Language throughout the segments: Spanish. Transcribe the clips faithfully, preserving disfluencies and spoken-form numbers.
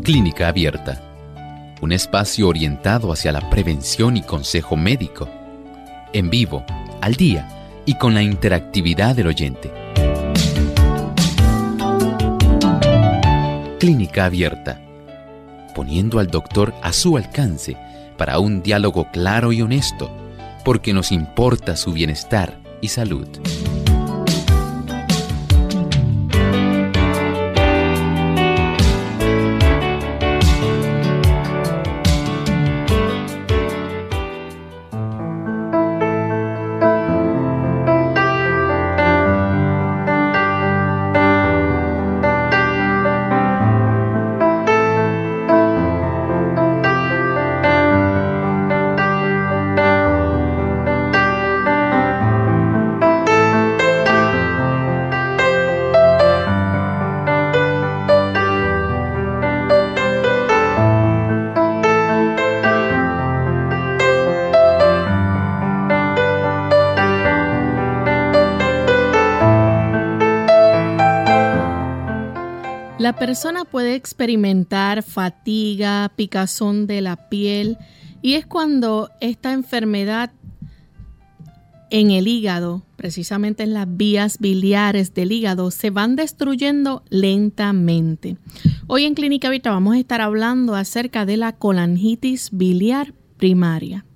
Clínica Abierta, un espacio orientado hacia la prevención y consejo médico, en vivo, al día y con la interactividad del oyente. Clínica Abierta, poniendo al doctor a su alcance para un diálogo claro y honesto, porque nos importa su bienestar y salud. La persona puede experimentar fatiga, picazón de la piel, y es cuando esta enfermedad en el hígado, precisamente en las vías biliares del hígado, se van destruyendo lentamente. Hoy en Clínica Abierta vamos a estar hablando acerca de la colangitis biliar primaria.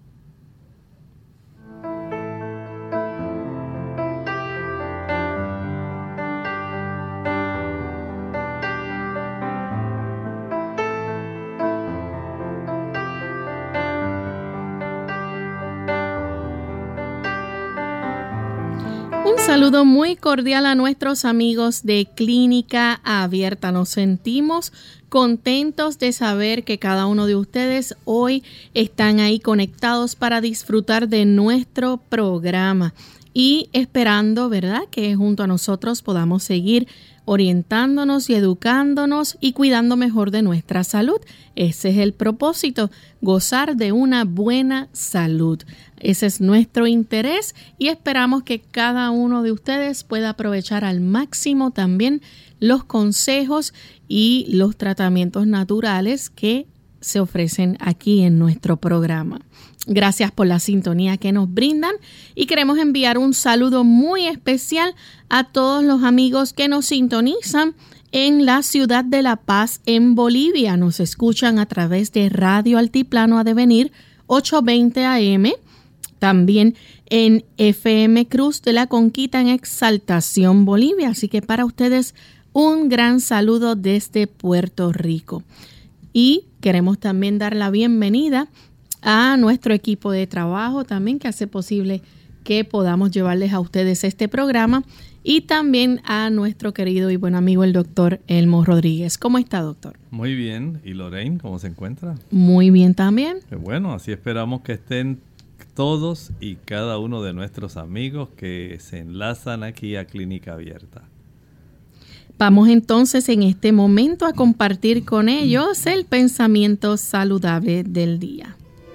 Un saludo muy cordial a nuestros amigos de Clínica Abierta. Nos sentimos contentos de saber que cada uno de ustedes hoy están ahí conectados para disfrutar de nuestro programa y esperando, ¿verdad?, que junto a nosotros podamos seguir orientándonos y educándonos y cuidando mejor de nuestra salud. Ese es el propósito, gozar de una buena salud. Ese es nuestro interés y esperamos que cada uno de ustedes pueda aprovechar al máximo también los consejos y los tratamientos naturales que se ofrecen aquí en nuestro programa. Gracias por la sintonía que nos brindan y queremos enviar un saludo muy especial a todos los amigos que nos sintonizan en la ciudad de La Paz, en Bolivia. Nos escuchan a través de Radio Altiplano Adevenir ochocientos veinte A M, también en F M Cruz de la Conquista en Exaltación, Bolivia. Así que para ustedes un gran saludo desde Puerto Rico. Y queremos también dar la bienvenida a nuestro equipo de trabajo también que hace posible que podamos llevarles a ustedes este programa y también a nuestro querido y buen amigo el doctor Elmo Rodríguez. ¿Cómo está, doctor? Muy bien. ¿Y Lorraine, cómo se encuentra? Muy bien también. Qué bueno, así esperamos que estén todos y cada uno de nuestros amigos que se enlazan aquí a Clínica Abierta. Vamos entonces en este momento a compartir con ellos el pensamiento saludable del día.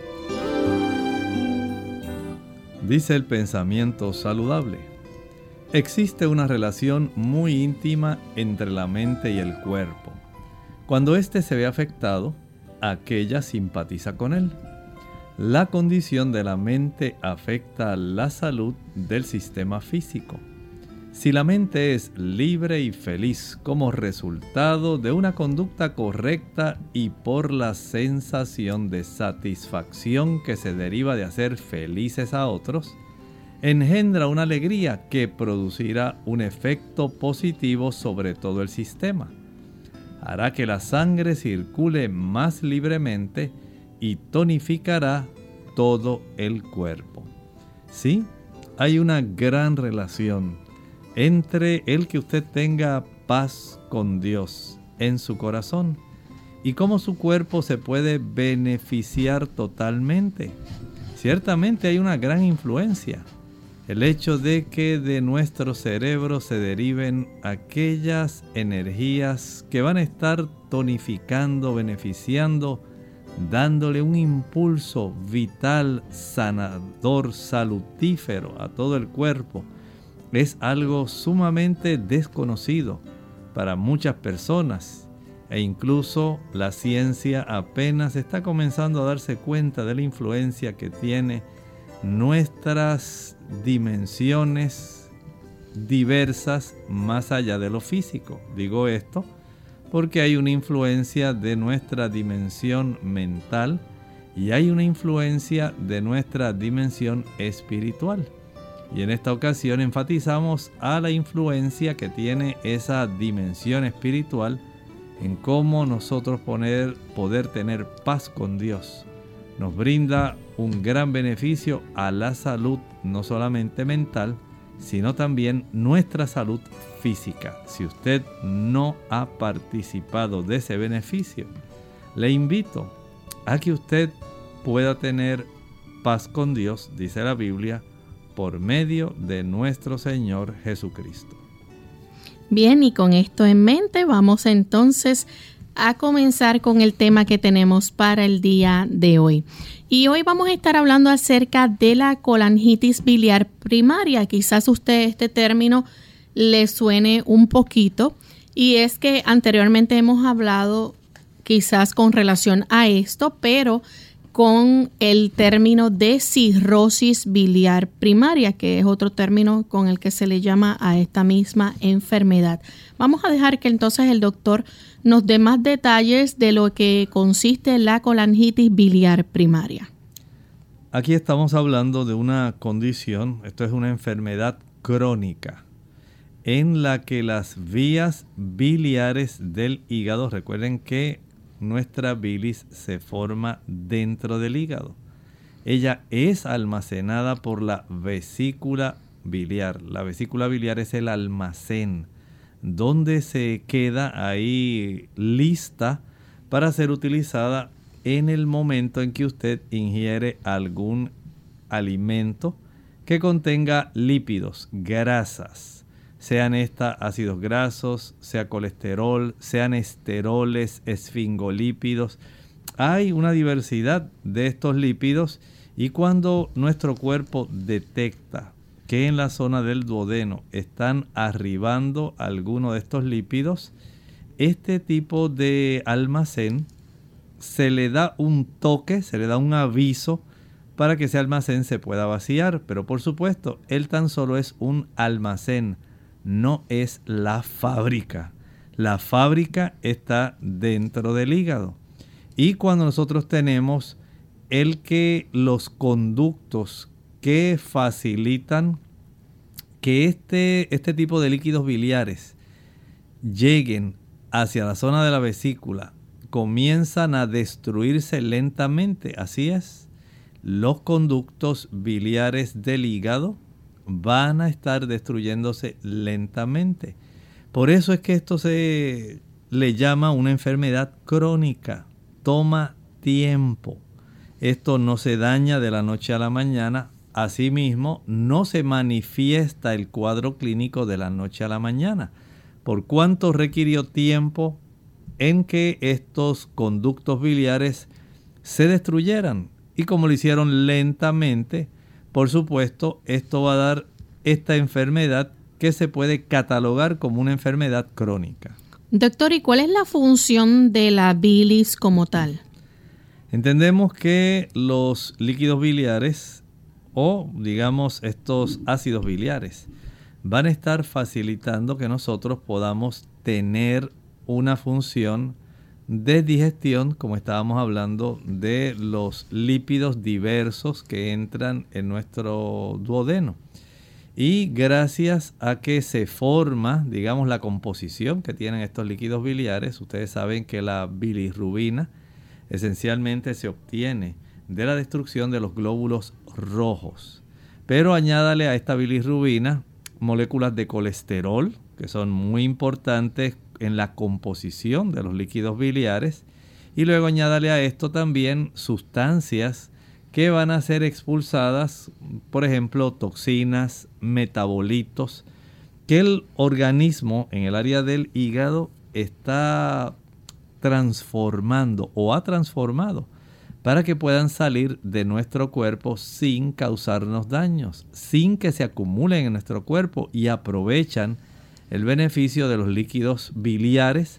Dice el pensamiento saludable: existe una relación muy íntima entre la mente y el cuerpo. Cuando éste se ve afectado, aquella simpatiza con él. La condición de la mente afecta la salud del sistema físico. Si la mente es libre y feliz como resultado de una conducta correcta y por la sensación de satisfacción que se deriva de hacer felices a otros, engendra una alegría que producirá un efecto positivo sobre todo el sistema. Hará que la sangre circule más libremente y tonificará todo el cuerpo. Sí, hay una gran relación entre el que usted tenga paz con Dios en su corazón y cómo su cuerpo se puede beneficiar totalmente. Ciertamente hay una gran influencia. El hecho de que de nuestro cerebro se deriven aquellas energías que van a estar tonificando, beneficiando, dándole un impulso vital, sanador, salutífero a todo el cuerpo, es algo sumamente desconocido para muchas personas e incluso la ciencia apenas está comenzando a darse cuenta de la influencia que tiene nuestras dimensiones diversas más allá de lo físico. Digo esto porque hay una influencia de nuestra dimensión mental y hay una influencia de nuestra dimensión espiritual. Y en esta ocasión enfatizamos a la influencia que tiene esa dimensión espiritual en cómo nosotros poner, poder tener paz con Dios. Nos brinda un gran beneficio a la salud, no solamente mental, sino también nuestra salud física. Si usted no ha participado de ese beneficio, le invito a que usted pueda tener paz con Dios, dice la Biblia, por medio de nuestro Señor Jesucristo. Bien, y con esto en mente vamos entonces a comenzar con el tema que tenemos para el día de hoy. Y hoy vamos a estar hablando acerca de la colangitis biliar primaria. Quizás a usted este término le suene un poquito, y es que anteriormente hemos hablado quizás con relación a esto, pero con el término de cirrosis biliar primaria, que es otro término con el que se le llama a esta misma enfermedad. Vamos a dejar que entonces el doctor nos dé más detalles de lo que consiste la colangitis biliar primaria. Aquí estamos hablando de una condición, esto es una enfermedad crónica, en la que las vías biliares del hígado, recuerden que nuestra bilis se forma dentro del hígado. Ella es almacenada por la vesícula biliar. La vesícula biliar es el almacén donde se queda ahí lista para ser utilizada en el momento en que usted ingiere algún alimento que contenga lípidos, grasas, sean estas ácidos grasos, sea colesterol, sean esteroles, esfingolípidos. Hay una diversidad de estos lípidos, y cuando nuestro cuerpo detecta que en la zona del duodeno están arribando algunos de estos lípidos, este tipo de almacén se le da un toque, se le da un aviso para que ese almacén se pueda vaciar. Pero por supuesto, él tan solo es un almacén, no es la fábrica. La fábrica está dentro del hígado. Y cuando nosotros tenemos el que los conductos que facilitan que este, este tipo de líquidos biliares lleguen hacia la zona de la vesícula, comienzan a destruirse lentamente. Así es, los conductos biliares del hígado van a estar destruyéndose lentamente. Por eso es que esto se le llama una enfermedad crónica. Toma tiempo. Esto no se daña de la noche a la mañana. Asimismo, no se manifiesta el cuadro clínico de la noche a la mañana. ¿Por cuánto requirió tiempo en que estos conductos biliares se destruyeran? Y como lo hicieron lentamente, por supuesto, esto va a dar esta enfermedad que se puede catalogar como una enfermedad crónica. Doctor, ¿y cuál es la función de la bilis como tal? Entendemos que los líquidos biliares, o digamos estos ácidos biliares, van a estar facilitando que nosotros podamos tener una función de digestión, como estábamos hablando de los lípidos diversos que entran en nuestro duodeno. Y gracias a que se forma, digamos, la composición que tienen estos líquidos biliares, ustedes saben que la bilirrubina esencialmente se obtiene de la destrucción de los glóbulos rojos. Pero añádale a esta bilirrubina moléculas de colesterol, que son muy importantes en la composición de los líquidos biliares, y luego añádale a esto también sustancias que van a ser expulsadas, por ejemplo, toxinas, metabolitos, que el organismo en el área del hígado está transformando o ha transformado para que puedan salir de nuestro cuerpo sin causarnos daños, sin que se acumulen en nuestro cuerpo, y aprovechan el beneficio de los líquidos biliares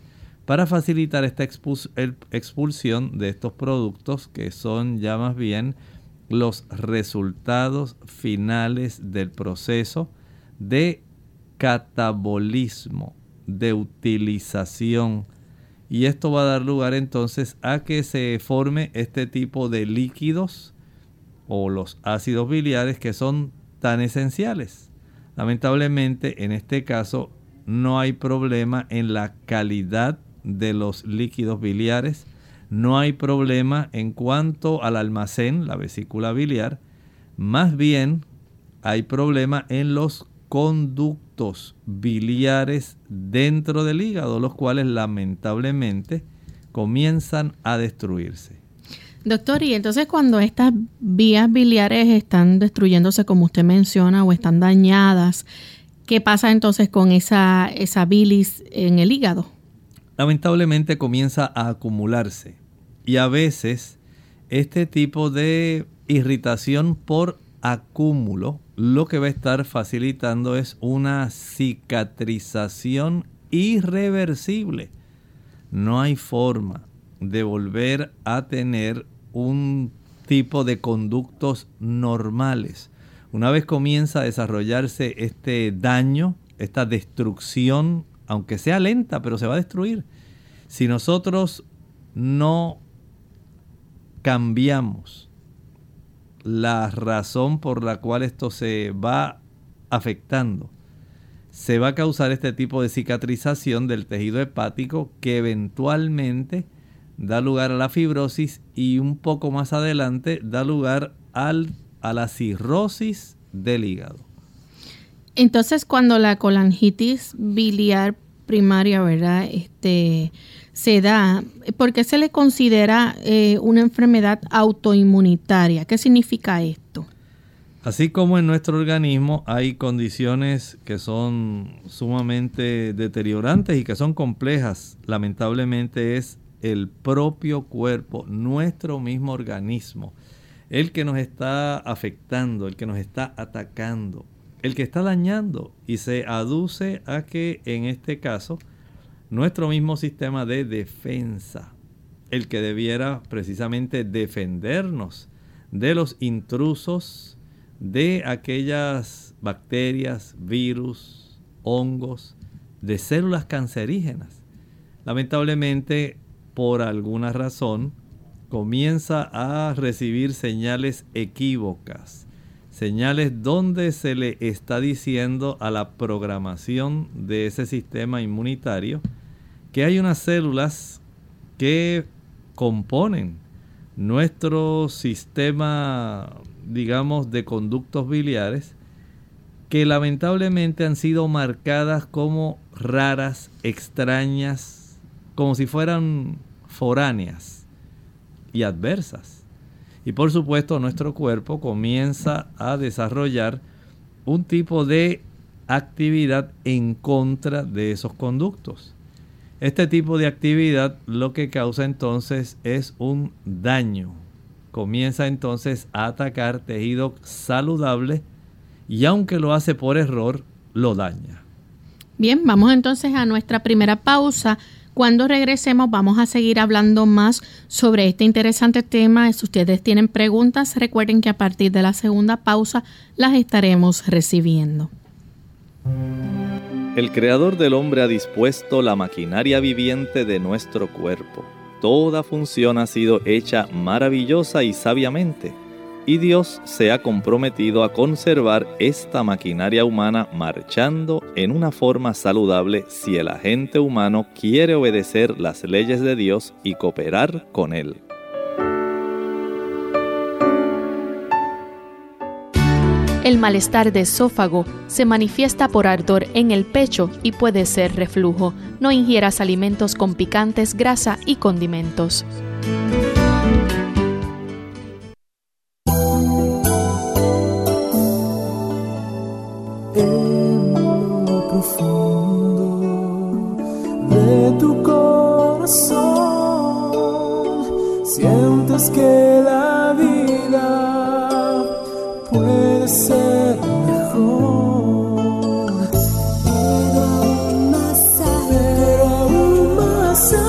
para facilitar esta expulsión de estos productos que son ya más bien los resultados finales del proceso de catabolismo, de utilización. Y esto va a dar lugar entonces a que se forme este tipo de líquidos o los ácidos biliares que son tan esenciales. Lamentablemente en este caso no hay problema en la calidad de los líquidos biliares, no hay problema en cuanto al almacén, la vesícula biliar, más bien hay problema en los conductos biliares dentro del hígado, los cuales lamentablemente comienzan a destruirse. Doctor, y entonces cuando estas vías biliares están destruyéndose, como usted menciona, o están dañadas, ¿qué pasa entonces con esa, esa bilis en el hígado? Lamentablemente comienza a acumularse y a veces este tipo de irritación por acúmulo lo que va a estar facilitando es una cicatrización irreversible. No hay forma de volver a tener un tipo de conductos normales. Una vez comienza a desarrollarse este daño, esta destrucción, aunque sea lenta, pero se va a destruir. Si nosotros no cambiamos la razón por la cual esto se va afectando, se va a causar este tipo de cicatrización del tejido hepático que eventualmente da lugar a la fibrosis y un poco más adelante da lugar al, a la cirrosis del hígado. Entonces, cuando la colangitis biliar primaria, ¿verdad? Este, se da, ¿por qué se le considera eh, una enfermedad autoinmunitaria? ¿Qué significa esto? Así como en nuestro organismo hay condiciones que son sumamente deteriorantes y que son complejas, lamentablemente es el propio cuerpo, nuestro mismo organismo, el que nos está afectando, el que nos está atacando, el que está dañando, y se aduce a que en este caso nuestro mismo sistema de defensa, el que debiera precisamente defendernos de los intrusos, de aquellas bacterias, virus, hongos, de células cancerígenas, lamentablemente por alguna razón comienza a recibir señales equívocas, señales donde se le está diciendo a la programación de ese sistema inmunitario que hay unas células que componen nuestro sistema, digamos, de conductos biliares, que lamentablemente han sido marcadas como raras, extrañas, como si fueran foráneas y adversas. Y por supuesto nuestro cuerpo comienza a desarrollar un tipo de actividad en contra de esos conductos. Este tipo de actividad lo que causa entonces es un daño. Comienza entonces a atacar tejido saludable y aunque lo hace por error, lo daña. Bien, vamos entonces a nuestra primera pausa. Cuando regresemos vamos a seguir hablando más sobre este interesante tema. Si ustedes tienen preguntas, recuerden que a partir de la segunda pausa las estaremos recibiendo. El Creador del hombre ha dispuesto la maquinaria viviente de nuestro cuerpo. Toda función ha sido hecha maravillosa y sabiamente, y Dios se ha comprometido a conservar esta maquinaria humana marchando en una forma saludable si el agente humano quiere obedecer las leyes de Dios y cooperar con Él. El malestar de esófago se manifiesta por ardor en el pecho y puede ser reflujo. No ingieras alimentos con picantes, grasa y condimentos. En lo profundo de tu corazón sientes que la vida puede ser mejor, pero aún más allá, pero aún más allá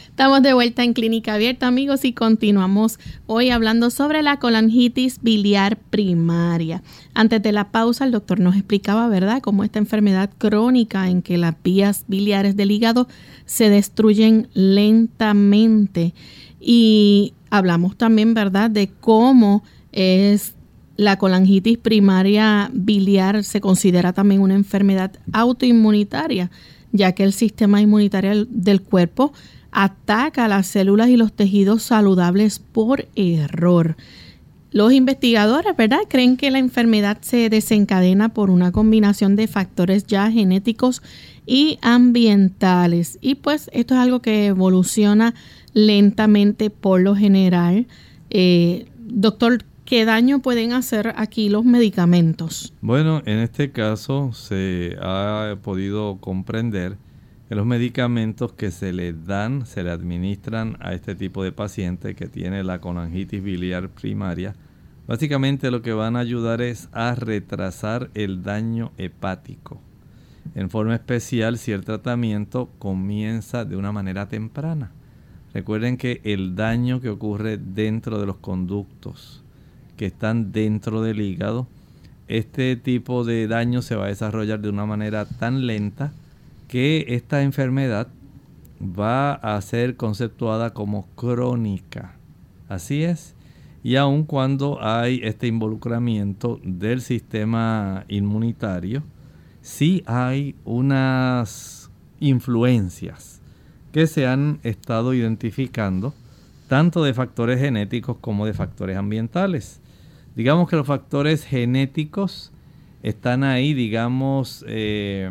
Estamos de vuelta en Clínica Abierta, amigos, y continuamos hoy hablando sobre la colangitis biliar primaria. Antes de la pausa, el doctor nos explicaba, ¿verdad?, cómo esta enfermedad crónica en que las vías biliares del hígado se destruyen lentamente. Y hablamos también, ¿verdad?, de cómo es la colangitis primaria biliar, se considera también una enfermedad autoinmunitaria, ya que el sistema inmunitario del cuerpo ataca las células y los tejidos saludables por error. Los investigadores, ¿verdad?, creen que la enfermedad se desencadena por una combinación de factores ya genéticos y ambientales. Y pues esto es algo que evoluciona lentamente por lo general. Eh, doctor, ¿qué daño pueden hacer aquí los medicamentos? Bueno, en este caso se ha podido comprender que los medicamentos que se le dan, se le administran a este tipo de paciente que tiene la colangitis biliar primaria, básicamente lo que van a ayudar es a retrasar el daño hepático. En forma especial, si el tratamiento comienza de una manera temprana. Recuerden que el daño que ocurre dentro de los conductos que están dentro del hígado, este tipo de daño se va a desarrollar de una manera tan lenta que esta enfermedad va a ser conceptuada como crónica. Así es. Y aun cuando hay este involucramiento del sistema inmunitario, sí hay unas influencias que se han estado identificando tanto de factores genéticos como de factores ambientales. Digamos que los factores genéticos están ahí, digamos, eh,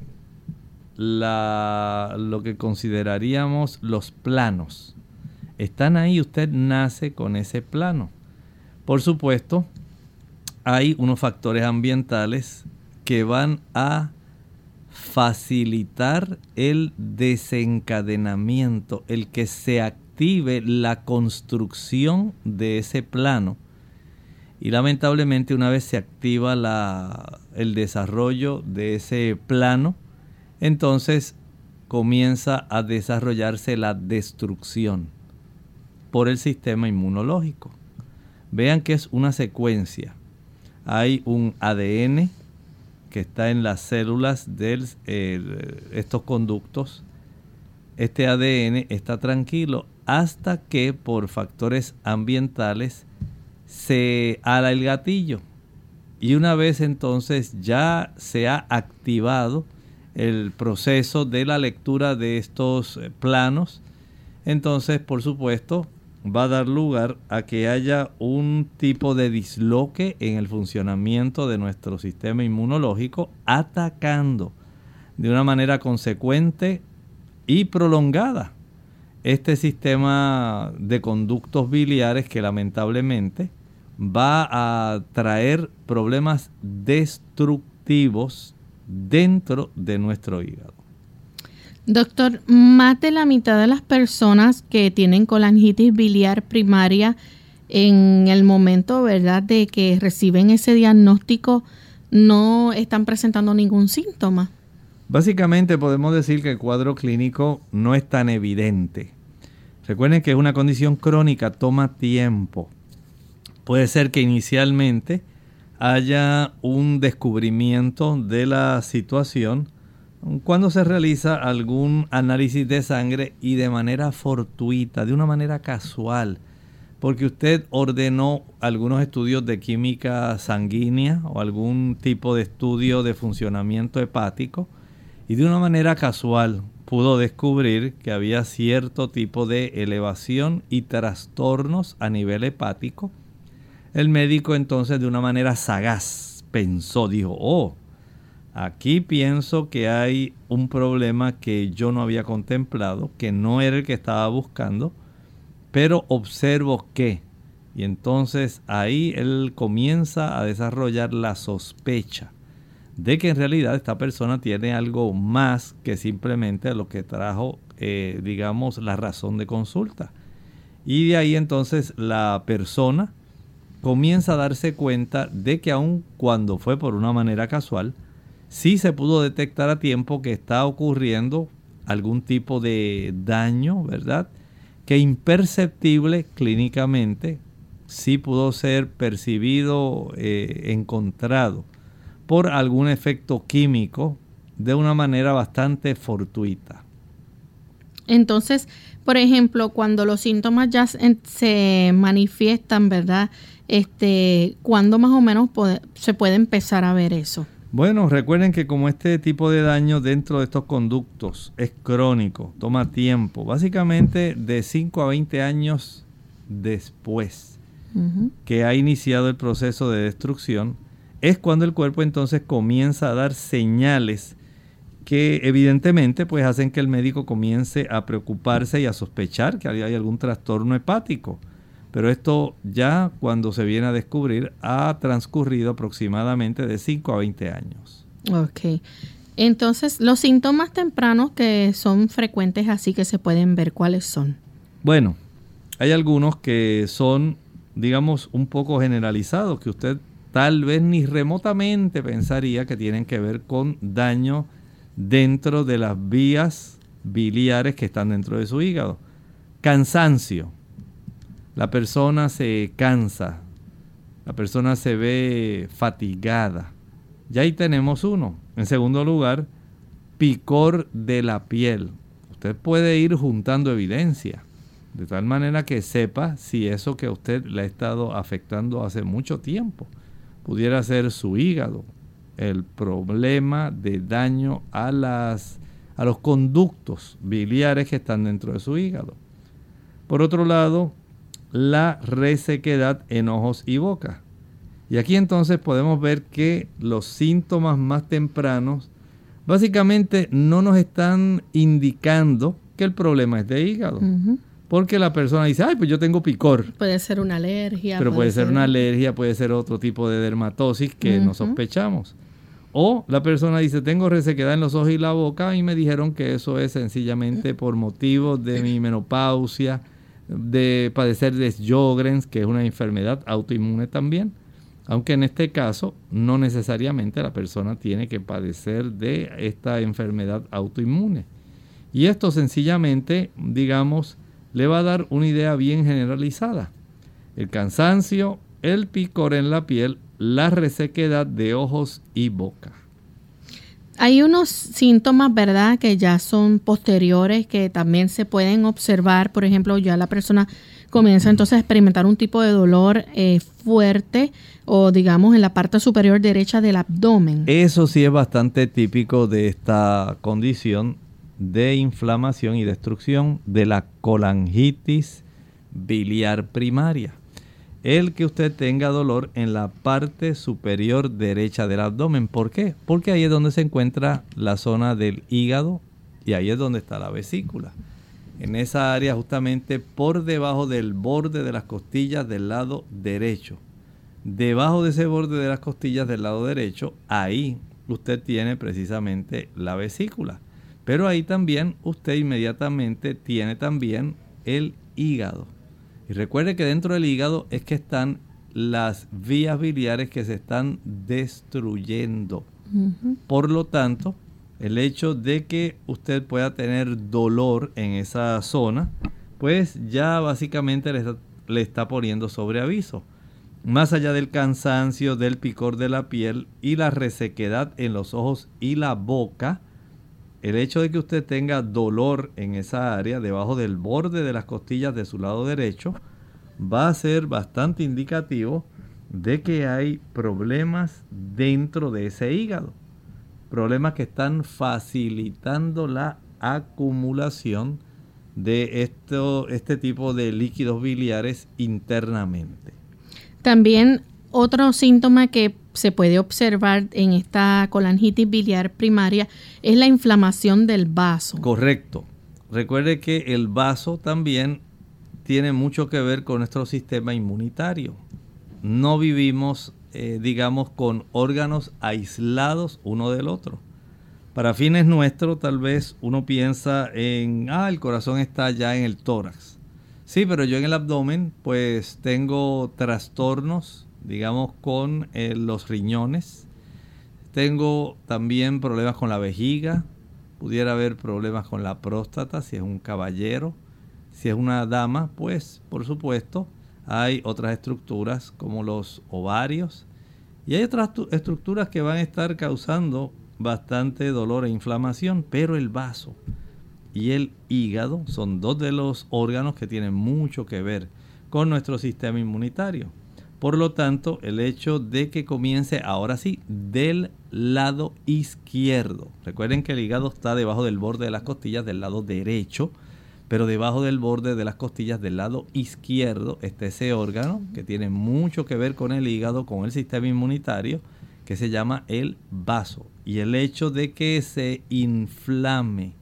la, lo que consideraríamos los planos. Están ahí, usted nace con ese plano. Por supuesto, hay unos factores ambientales que van a facilitar el desencadenamiento, el que se active la construcción de ese plano. Y lamentablemente una vez se activa la, el desarrollo de ese plano, entonces comienza a desarrollarse la destrucción por el sistema inmunológico. Vean que es una secuencia. Hay un A D N que está en las células de eh, estos conductos. Este A D N está tranquilo hasta que por factores ambientales se ala el gatillo. Y una vez entonces ya se ha activado el proceso de la lectura de estos planos, entonces por supuesto va a dar lugar a que haya un tipo de disloque en el funcionamiento de nuestro sistema inmunológico, atacando de una manera consecuente y prolongada este sistema de conductos biliares que lamentablemente va a traer problemas destructivos dentro de nuestro hígado. Doctor, más de la mitad de las personas que tienen colangitis biliar primaria en el momento, ¿verdad?, de que reciben ese diagnóstico no están presentando ningún síntoma. Básicamente podemos decir que el cuadro clínico no es tan evidente. Recuerden que es una condición crónica, toma tiempo. Puede ser que inicialmente haya un descubrimiento de la situación cuando se realiza algún análisis de sangre y de manera fortuita, de una manera casual, porque usted ordenó algunos estudios de química sanguínea o algún tipo de estudio de funcionamiento hepático y de una manera casual pudo descubrir que había cierto tipo de elevación y trastornos a nivel hepático. El médico entonces de una manera sagaz pensó, dijo, oh, aquí pienso que hay un problema que yo no había contemplado, que no era el que estaba buscando, pero observo que, y entonces ahí él comienza a desarrollar la sospecha de que en realidad esta persona tiene algo más que simplemente lo que trajo, eh, digamos, la razón de consulta. Y de ahí entonces la persona comienza a darse cuenta de que aun cuando fue por una manera casual, sí se pudo detectar a tiempo que está ocurriendo algún tipo de daño, ¿verdad? Que imperceptible clínicamente sí pudo ser percibido, eh, encontrado por algún efecto químico de una manera bastante fortuita. Entonces, por ejemplo, cuando los síntomas ya se, se manifiestan, ¿verdad? Este, ¿cuándo más o menos puede, se puede empezar a ver eso? Bueno, recuerden que como este tipo de daño dentro de estos conductos es crónico, toma tiempo, básicamente de cinco a veinte años después uh-huh. que ha iniciado el proceso de destrucción, es cuando el cuerpo entonces comienza a dar señales que evidentemente pues hacen que el médico comience a preocuparse y a sospechar que hay algún trastorno hepático. Pero esto ya cuando se viene a descubrir ha transcurrido aproximadamente de cinco a veinte años. Ok. Entonces, los síntomas tempranos que son frecuentes así que se pueden ver, ¿cuáles son? Bueno, hay algunos que son, digamos, un poco generalizados, que usted tal vez ni remotamente pensaría que tienen que ver con daño dentro de las vías biliares que están dentro de su hígado. Cansancio. La persona se cansa, la persona se ve fatigada. Ya ahí tenemos uno. En segundo lugar, picor de la piel. Usted puede ir juntando evidencia, de tal manera que sepa si eso que a usted le ha estado afectando hace mucho tiempo pudiera ser su hígado, el problema de daño a, las, a los conductos biliares que están dentro de su hígado. Por otro lado, la resequedad en ojos y boca. Y aquí entonces podemos ver que los síntomas más tempranos básicamente no nos están indicando que el problema es de hígado. Uh-huh. Porque la persona dice, ay, pues yo tengo picor. Puede ser una alergia. Pero puede, puede ser, ser una alergia, puede ser otro tipo de dermatosis que uh-huh. no sospechamos. O la persona dice, tengo resequedad en los ojos y la boca y me dijeron que eso es sencillamente por motivos de mi menopausia, de padecer de Sjögren's, que es una enfermedad autoinmune también. Aunque en este caso no necesariamente la persona tiene que padecer de esta enfermedad autoinmune. Y esto sencillamente, digamos, le va a dar una idea bien generalizada. El cansancio, el picor en la piel, la resequedad de ojos y boca. Hay unos síntomas, ¿verdad?, que ya son posteriores, que también se pueden observar. Por ejemplo, ya la persona comienza entonces a experimentar un tipo de dolor eh, fuerte o, digamos, en la parte superior derecha del abdomen. Eso sí es bastante típico de esta condición de inflamación y destrucción de la colangitis biliar primaria. El que usted tenga dolor en la parte superior derecha del abdomen. ¿Por qué? Porque ahí es donde se encuentra la zona del hígado y ahí es donde está la vesícula. En esa área, justamente por debajo del borde de las costillas del lado derecho. Debajo de ese borde de las costillas del lado derecho, ahí usted tiene precisamente la vesícula. Pero ahí también usted inmediatamente tiene también el hígado. Y recuerde que dentro del hígado es que están las vías biliares que se están destruyendo. Uh-huh. Por lo tanto, el hecho de que usted pueda tener dolor en esa zona, pues ya básicamente le está, le está poniendo sobre aviso. Más allá del cansancio, del picor de la piel y la resequedad en los ojos y la boca, el hecho de que usted tenga dolor en esa área, debajo del borde de las costillas de su lado derecho, va a ser bastante indicativo de que hay problemas dentro de ese hígado. Problemas que están facilitando la acumulación de esto, este tipo de líquidos biliares internamente. También otro síntoma que se puede observar en esta colangitis biliar primaria es la inflamación del vaso. Correcto. Recuerde que el vaso también tiene mucho que ver con nuestro sistema inmunitario. No vivimos, eh, digamos, con órganos aislados uno del otro. Para fines nuestros, tal vez uno piensa en, ah, el corazón está ya en el tórax. Sí, pero yo en el abdomen, pues tengo trastornos, digamos, con eh, los riñones. Tengo también problemas con la vejiga. pudiera haber problemas con la próstata, si es un caballero. Si es una dama, pues por supuesto hay otras estructuras como los ovarios. Y hay otras estructuras que van a estar causando bastante dolor e inflamación, pero el vaso y el hígado son dos de los órganos que tienen mucho que ver con nuestro sistema inmunitario. Por lo tanto, el hecho de que comience ahora sí del lado izquierdo. Recuerden que el hígado está debajo del borde de las costillas del lado derecho, pero debajo del borde de las costillas del lado izquierdo está ese órgano que tiene mucho que ver con el hígado, con el sistema inmunitario, que se llama el vaso. Y el hecho de que se inflame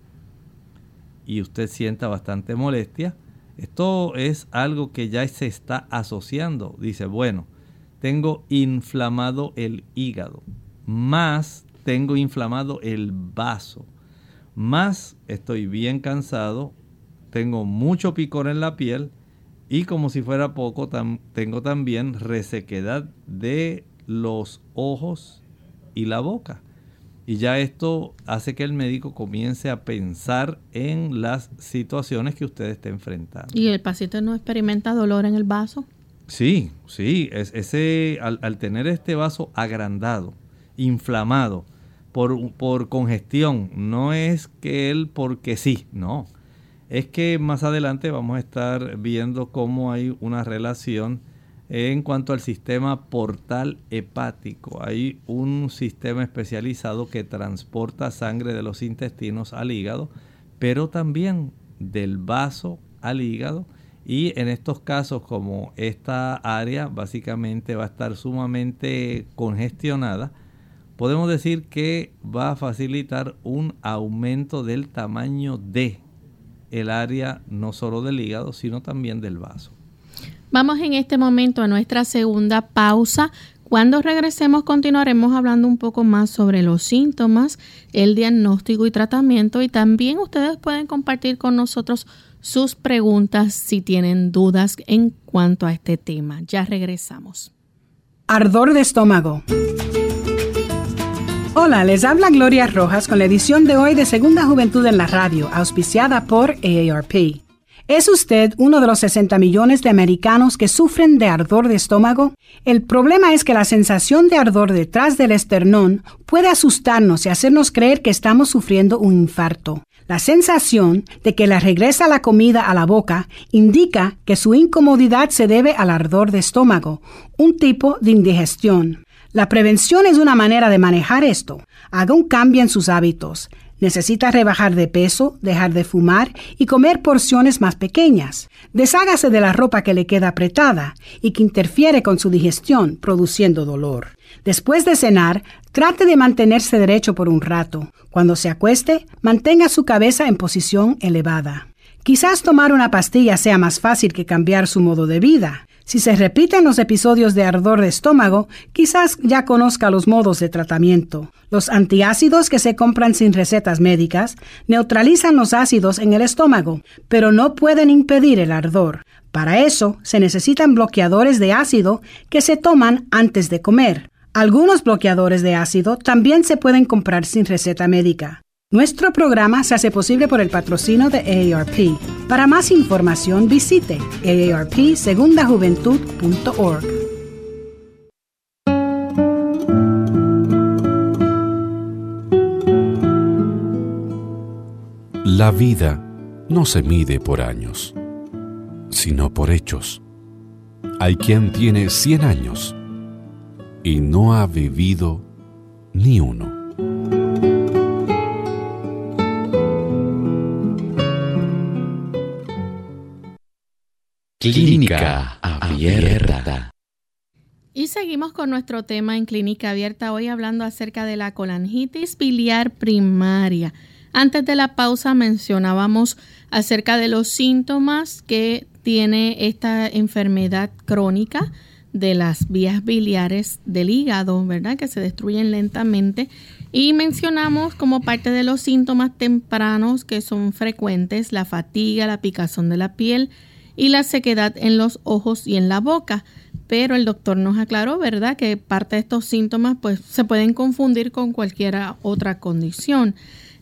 y usted sienta bastante molestia, esto es algo que ya se está asociando. Dice, bueno, tengo inflamado el hígado, más tengo inflamado el vaso, más estoy bien cansado, tengo mucho picor en la piel y como si fuera poco, tam- tengo también resequedad de los ojos y la boca. Y ya esto hace que el médico comience a pensar en las situaciones que usted esté enfrentando. ¿Y el paciente no experimenta dolor en el vaso? Sí, sí. Es, ese, al, al tener este vaso agrandado, inflamado, por, por congestión, no es que él porque sí, no. Es que más adelante vamos a estar viendo cómo hay una relación en cuanto al sistema portal hepático. Hay un sistema especializado que transporta sangre de los intestinos al hígado, pero también del vaso al hígado. Y en estos casos, como esta área básicamente va a estar sumamente congestionada, podemos decir que va a facilitar un aumento del tamaño de el área no solo del hígado, sino también del vaso. Vamos en este momento a nuestra segunda pausa. Cuando regresemos continuaremos hablando un poco más sobre los síntomas, el diagnóstico y tratamiento, y también ustedes pueden compartir con nosotros sus preguntas si tienen dudas en cuanto a este tema. Ya regresamos. Ardor de estómago. Hola, les habla Gloria Rojas con la edición de hoy de Segunda Juventud en la Radio, auspiciada por A A R P. ¿Es usted uno de los sesenta millones de americanos que sufren de ardor de estómago? El problema es que la sensación de ardor detrás del esternón puede asustarnos y hacernos creer que estamos sufriendo un infarto. La sensación de que le regresa la comida a la boca indica que su incomodidad se debe al ardor de estómago, un tipo de indigestión. La prevención es una manera de manejar esto. Haga un cambio en sus hábitos. Necesita rebajar de peso, dejar de fumar y comer porciones más pequeñas. Deshágase de la ropa que le queda apretada y que interfiere con su digestión, produciendo dolor. Después de cenar, trate de mantenerse derecho por un rato. Cuando se acueste, mantenga su cabeza en posición elevada. Quizás tomar una pastilla sea más fácil que cambiar su modo de vida. Si se repiten los episodios de ardor de estómago, quizás ya conozca los modos de tratamiento. Los antiácidos que se compran sin recetas médicas neutralizan los ácidos en el estómago, pero no pueden impedir el ardor. Para eso, se necesitan bloqueadores de ácido que se toman antes de comer. Algunos bloqueadores de ácido también se pueden comprar sin receta médica. Nuestro programa se hace posible por el patrocinio de A A R P. Para más información visite a a r p segunda juventud punto org. La vida no se mide por años, sino por hechos. Hay quien tiene cien años y no ha vivido ni uno. Clínica Abierta. Y seguimos con nuestro tema en Clínica Abierta, hoy hablando acerca de la colangitis biliar primaria. Antes de la pausa mencionábamos acerca de los síntomas que tiene esta enfermedad crónica de las vías biliares del hígado, ¿verdad? Que se destruyen lentamente. Y mencionamos como parte de los síntomas tempranos que son frecuentes la fatiga, la picazón de la piel y la sequedad en los ojos y en la boca. Pero el doctor nos aclaró, ¿verdad?, que parte de estos síntomas pues se pueden confundir con cualquier otra condición.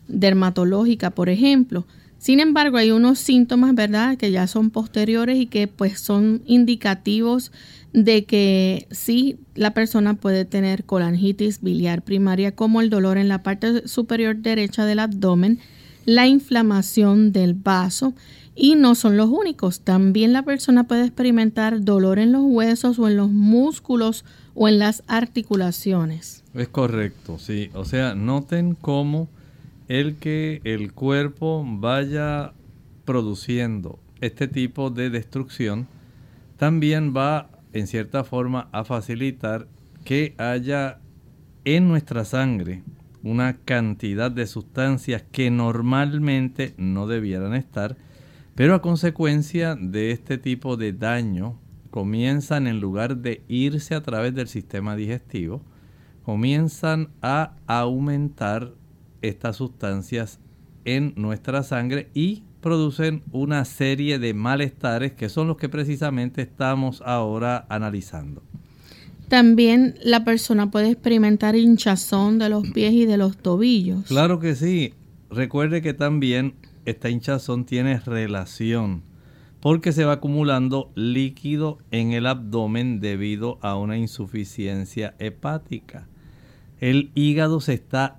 dermatológica, por ejemplo. Sin embargo, hay unos síntomas, ¿verdad?, que ya son posteriores y que pues son indicativos de que sí, la persona puede tener colangitis biliar primaria, como el dolor en la parte superior derecha del abdomen, la inflamación del vaso, y no son los únicos. También la persona puede experimentar dolor en los huesos o en los músculos o en las articulaciones. Es correcto, sí. O sea, noten cómo el que el cuerpo vaya produciendo este tipo de destrucción también va en cierta forma a facilitar que haya en nuestra sangre una cantidad de sustancias que normalmente no debieran estar, pero a consecuencia de este tipo de daño comienzan, en lugar de irse a través del sistema digestivo, comienzan a aumentar estas sustancias en nuestra sangre y producen una serie de malestares que son los que precisamente estamos ahora analizando. También la persona puede experimentar hinchazón de los pies y de los tobillos. Claro que sí. Recuerde que también esta hinchazón tiene relación porque se va acumulando líquido en el abdomen debido a una insuficiencia hepática. El hígado se está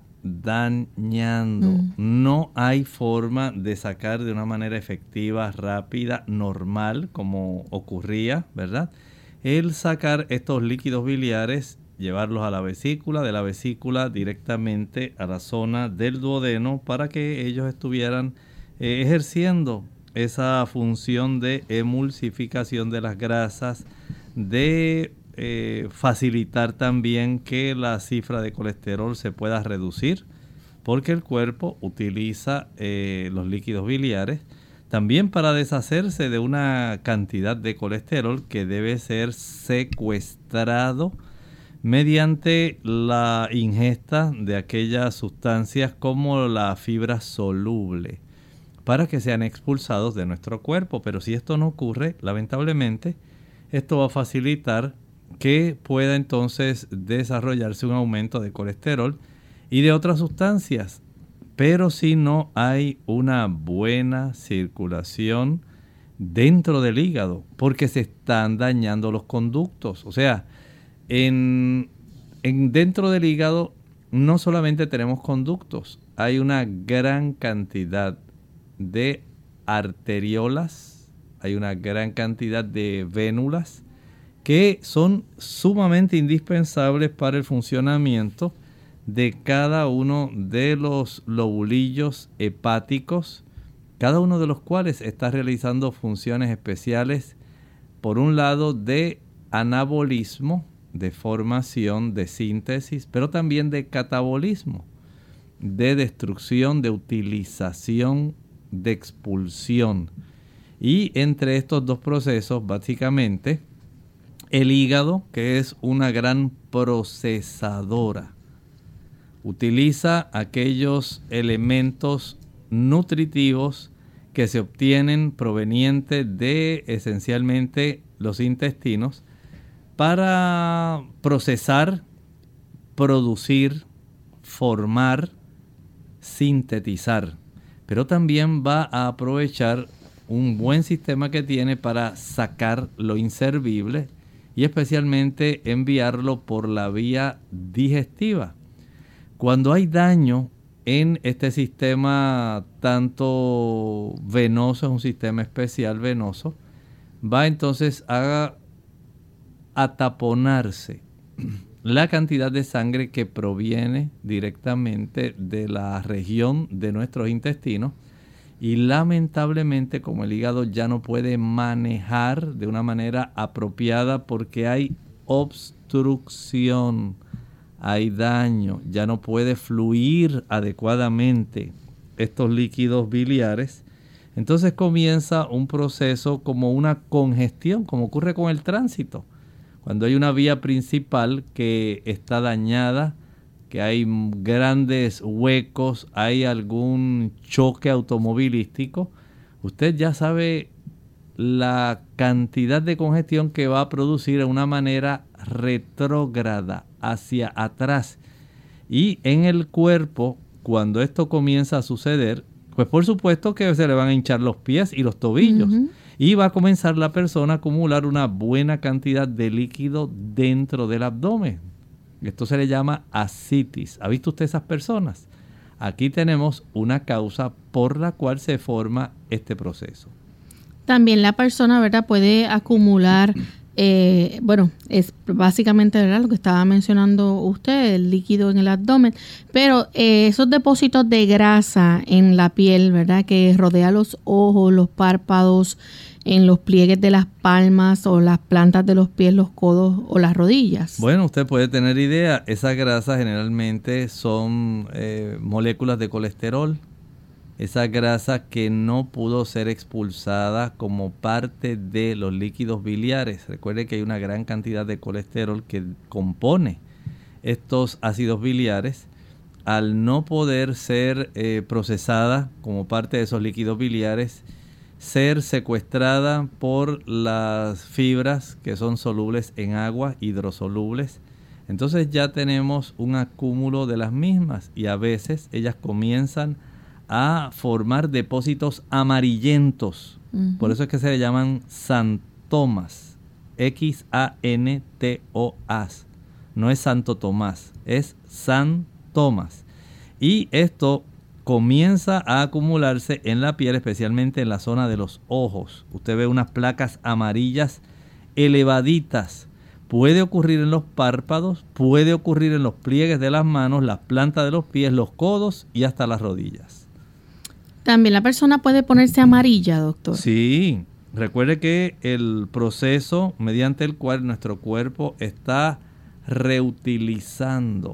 dañando. Mm. No hay forma de sacar de una manera efectiva, rápida, normal, como ocurría, ¿verdad? El sacar estos líquidos biliares, llevarlos a la vesícula, de la vesícula directamente a la zona del duodeno para que ellos estuvieran eh, ejerciendo esa función de emulsificación de las grasas, de eh, facilitar también que la cifra de colesterol se pueda reducir, porque el cuerpo utiliza eh, los líquidos biliares también para deshacerse de una cantidad de colesterol que debe ser secuestrado mediante la ingesta de aquellas sustancias como la fibra soluble para que sean expulsados de nuestro cuerpo. Pero si esto no ocurre, lamentablemente, esto va a facilitar que pueda entonces desarrollarse un aumento de colesterol y de otras sustancias. Pero si no hay una buena circulación dentro del hígado, porque se están dañando los conductos. O sea, en, en dentro del hígado no solamente tenemos conductos, hay una gran cantidad de arteriolas, hay una gran cantidad de vénulas que son sumamente indispensables para el funcionamiento de cada uno de los lobulillos hepáticos, cada uno de los cuales está realizando funciones especiales, por un lado de anabolismo, de formación, de síntesis, pero también de catabolismo, de destrucción, de utilización, de expulsión. Y entre estos dos procesos, básicamente, el hígado, que es una gran procesadora, utiliza aquellos elementos nutritivos que se obtienen provenientes de esencialmente los intestinos para procesar, producir, formar, sintetizar. Pero también va a aprovechar un buen sistema que tiene para sacar lo inservible y especialmente enviarlo por la vía digestiva. Cuando hay daño en este sistema tanto venoso, es un sistema especial venoso, va entonces a, a taponarse la cantidad de sangre que proviene directamente de la región de nuestros intestinos y lamentablemente, como el hígado ya no puede manejar de una manera apropiada porque hay obstrucción, hay daño, ya no puede fluir adecuadamente estos líquidos biliares, entonces comienza un proceso como una congestión, como ocurre con el tránsito. Cuando hay una vía principal que está dañada, que hay grandes huecos, hay algún choque automovilístico, usted ya sabe la cantidad de congestión que va a producir de una manera retrógrada, hacia atrás. Y en el cuerpo cuando esto comienza a suceder, pues por supuesto que se le van a hinchar los pies y los tobillos. Uh-huh. Y va a comenzar la persona a acumular una buena cantidad de líquido dentro del abdomen. Esto se le llama ascitis. ¿Ha visto usted esas personas? Aquí tenemos una causa por la cual se forma este proceso. También la persona, ¿verdad?, puede acumular, eh, bueno, es básicamente, ¿verdad?, lo que estaba mencionando usted, el líquido en el abdomen, pero eh, esos depósitos de grasa en la piel, ¿verdad?, que rodea los ojos, los párpados, en los pliegues de las palmas o las plantas de los pies, los codos o las rodillas. Bueno, usted puede tener idea, esas grasas generalmente son eh, moléculas de colesterol, esa grasa que no pudo ser expulsada como parte de los líquidos biliares. Recuerde que hay una gran cantidad de colesterol que compone estos ácidos biliares. Al no poder ser eh, procesada como parte de esos líquidos biliares, ser secuestrada por las fibras que son solubles en agua, hidrosolubles, entonces ya tenemos un acúmulo de las mismas y a veces ellas comienzan a formar depósitos amarillentos. Uh-huh. Por eso es que se le llaman xantomas, X A N T O A S. No es Santo Tomás, es xantomas. Y esto comienza a acumularse en la piel, especialmente en la zona de los ojos. Usted ve unas placas amarillas elevaditas. Puede ocurrir en los párpados, puede ocurrir en los pliegues de las manos, las plantas de los pies, los codos y hasta las rodillas. También la persona puede ponerse amarilla, doctor. Sí, recuerde que el proceso mediante el cual nuestro cuerpo está reutilizando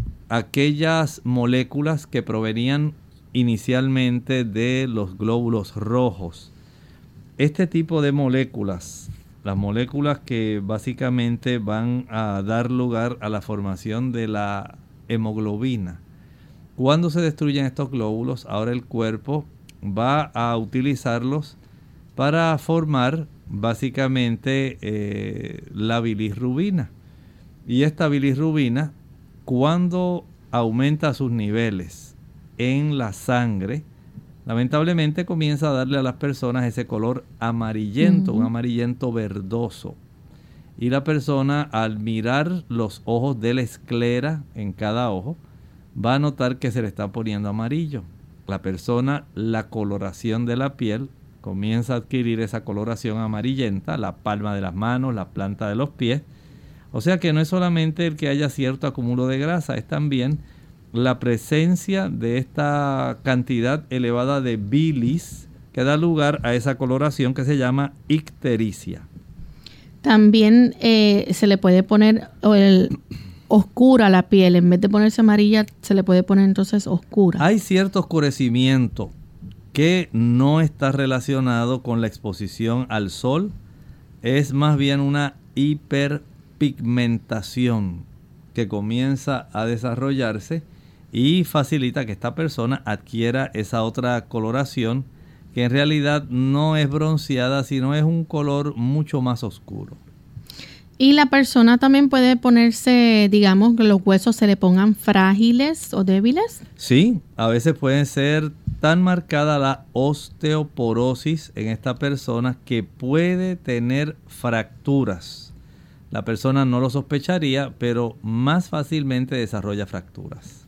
aquellas moléculas que provenían inicialmente de los glóbulos rojos. Este tipo de moléculas, las moléculas que básicamente van a dar lugar a la formación de la hemoglobina, cuando se destruyen estos glóbulos, ahora el cuerpo va a utilizarlos para formar básicamente eh, la bilirrubina. Y esta bilirrubina, cuando aumenta sus niveles en la sangre, lamentablemente comienza a darle a las personas ese color amarillento, uh-huh. un amarillento verdoso. Y la persona, al mirar los ojos de la esclera en cada ojo, va a notar que se le está poniendo amarillo. La persona, la coloración de la piel, comienza a adquirir esa coloración amarillenta, la palma de las manos, la planta de los pies. O sea que no es solamente el que haya cierto acúmulo de grasa, es también la presencia de esta cantidad elevada de bilis que da lugar a esa coloración que se llama ictericia. También eh, se le puede poner el, oscura la piel, en vez de ponerse amarilla se le puede poner entonces oscura. Hay cierto oscurecimiento que no está relacionado con la exposición al sol, es más bien una hiperpigmentación que comienza a desarrollarse y facilita que esta persona adquiera esa otra coloración que en realidad no es bronceada, sino es un color mucho más oscuro. Y la persona también puede ponerse, digamos, que los huesos se le pongan frágiles o débiles. Sí, a veces puede ser tan marcada la osteoporosis en esta persona que puede tener fracturas. La persona no lo sospecharía, pero más fácilmente desarrolla fracturas.